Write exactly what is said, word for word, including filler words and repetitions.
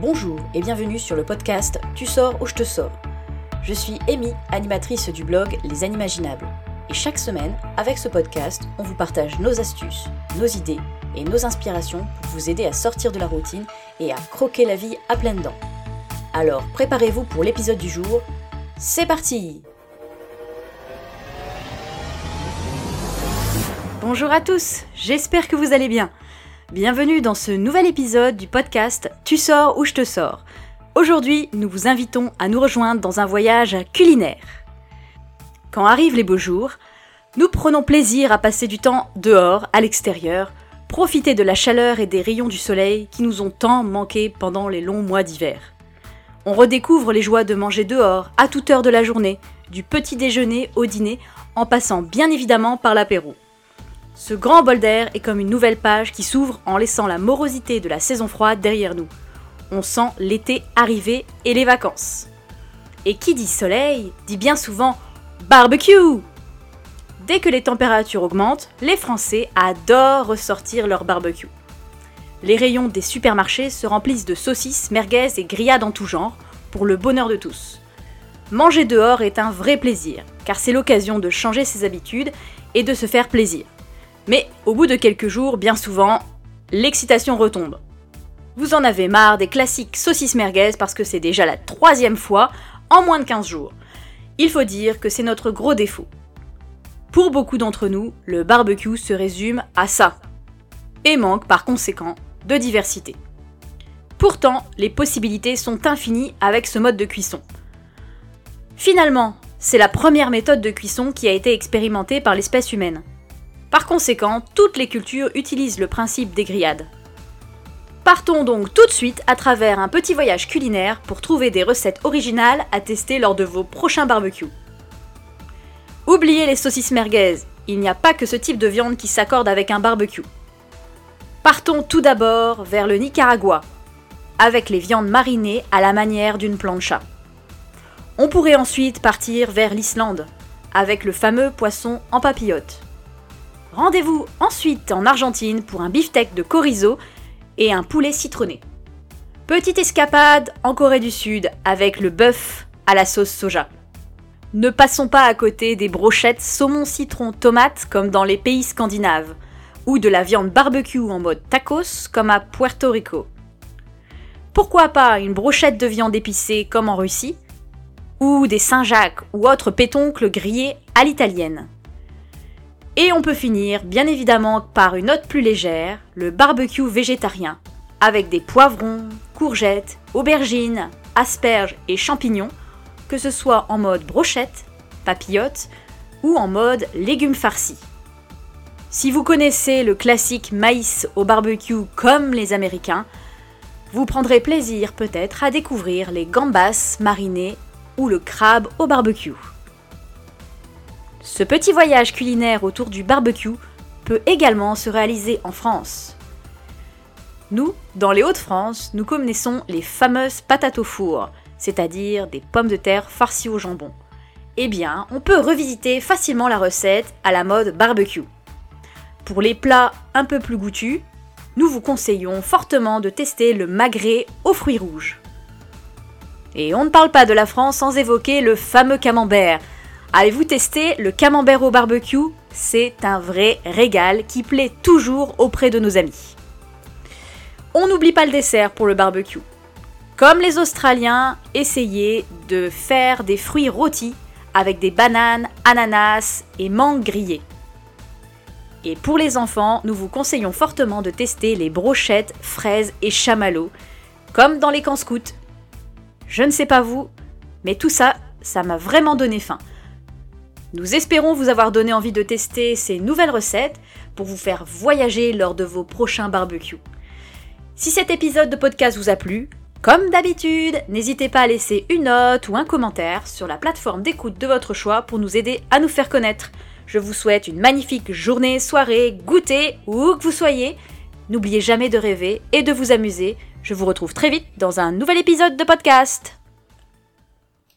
Bonjour et bienvenue sur le podcast Tu sors ou je te sors. Je suis Amy, animatrice du blog Les Animaginables. Et chaque semaine, avec ce podcast, on vous partage nos astuces, nos idées et nos inspirations pour vous aider à sortir de la routine et à croquer la vie à pleines dents. Alors préparez-vous pour l'épisode du jour. C'est parti! Bonjour à tous, j'espère que vous allez bien. Bienvenue dans ce nouvel épisode du podcast Tu sors ou je te sors. Aujourd'hui, nous vous invitons à nous rejoindre dans un voyage culinaire. Quand arrivent les beaux jours, nous prenons plaisir à passer du temps dehors, à l'extérieur, profiter de la chaleur et des rayons du soleil qui nous ont tant manqué pendant les longs mois d'hiver. On redécouvre les joies de manger dehors, à toute heure de la journée, du petit déjeuner au dîner, en passant bien évidemment par l'apéro. Ce grand bol d'air est comme une nouvelle page qui s'ouvre en laissant la morosité de la saison froide derrière nous. On sent l'été arriver et les vacances. Et qui dit soleil, dit bien souvent barbecue. Dès que les températures augmentent, les Français adorent ressortir leur barbecue. Les rayons des supermarchés se remplissent de saucisses, merguez et grillades en tout genre, pour le bonheur de tous. Manger dehors est un vrai plaisir, car c'est l'occasion de changer ses habitudes et de se faire plaisir. Mais au bout de quelques jours, bien souvent, l'excitation retombe. Vous en avez marre des classiques saucisses merguez parce que c'est déjà la troisième fois en moins de quinze jours. Il faut dire que c'est notre gros défaut. Pour beaucoup d'entre nous, le barbecue se résume à ça, et manque par conséquent de diversité. Pourtant, les possibilités sont infinies avec ce mode de cuisson. Finalement, c'est la première méthode de cuisson qui a été expérimentée par l'espèce humaine. Par conséquent, toutes les cultures utilisent le principe des grillades. Partons donc tout de suite à travers un petit voyage culinaire pour trouver des recettes originales à tester lors de vos prochains barbecues. Oubliez les saucisses merguez, il n'y a pas que ce type de viande qui s'accorde avec un barbecue. Partons tout d'abord vers le Nicaragua, avec les viandes marinées à la manière d'une plancha. On pourrait ensuite partir vers l'Islande, avec le fameux poisson en papillote. Rendez-vous ensuite en Argentine pour un beefsteak de chorizo et un poulet citronné. Petite escapade en Corée du Sud avec le bœuf à la sauce soja. Ne passons pas à côté des brochettes saumon citron tomate comme dans les pays scandinaves, ou de la viande barbecue en mode tacos comme à Puerto Rico. Pourquoi pas une brochette de viande épicée comme en Russie, ou des Saint-Jacques ou autres pétoncles grillés à l'italienne. Et on peut finir, bien évidemment, par une note plus légère, le barbecue végétarien, avec des poivrons, courgettes, aubergines, asperges et champignons, que ce soit en mode brochette, papillote ou en mode légumes farcis. Si vous connaissez le classique maïs au barbecue comme les Américains, vous prendrez plaisir peut-être à découvrir les gambas marinées ou le crabe au barbecue. Ce petit voyage culinaire autour du barbecue peut également se réaliser en France. Nous, dans les Hauts-de-France, nous connaissons les fameuses patates au four, c'est-à-dire des pommes de terre farcies au jambon. Eh bien, on peut revisiter facilement la recette à la mode barbecue. Pour les plats un peu plus goûtus, nous vous conseillons fortement de tester le magret aux fruits rouges. Et on ne parle pas de la France sans évoquer le fameux camembert. Avez-vous testé le camembert au barbecue? C'est un vrai régal qui plaît toujours auprès de nos amis. On n'oublie pas le dessert pour le barbecue. Comme les Australiens, essayez de faire des fruits rôtis avec des bananes, ananas et mangues grillées. Et pour les enfants, nous vous conseillons fortement de tester les brochettes, fraises et chamallows, comme dans les camps scouts. Je ne sais pas vous, mais tout ça, ça m'a vraiment donné faim. Nous espérons vous avoir donné envie de tester ces nouvelles recettes pour vous faire voyager lors de vos prochains barbecues. Si cet épisode de podcast vous a plu, comme d'habitude, n'hésitez pas à laisser une note ou un commentaire sur la plateforme d'écoute de votre choix pour nous aider à nous faire connaître. Je vous souhaite une magnifique journée, soirée, goûter, où que vous soyez. N'oubliez jamais de rêver et de vous amuser. Je vous retrouve très vite dans un nouvel épisode de podcast.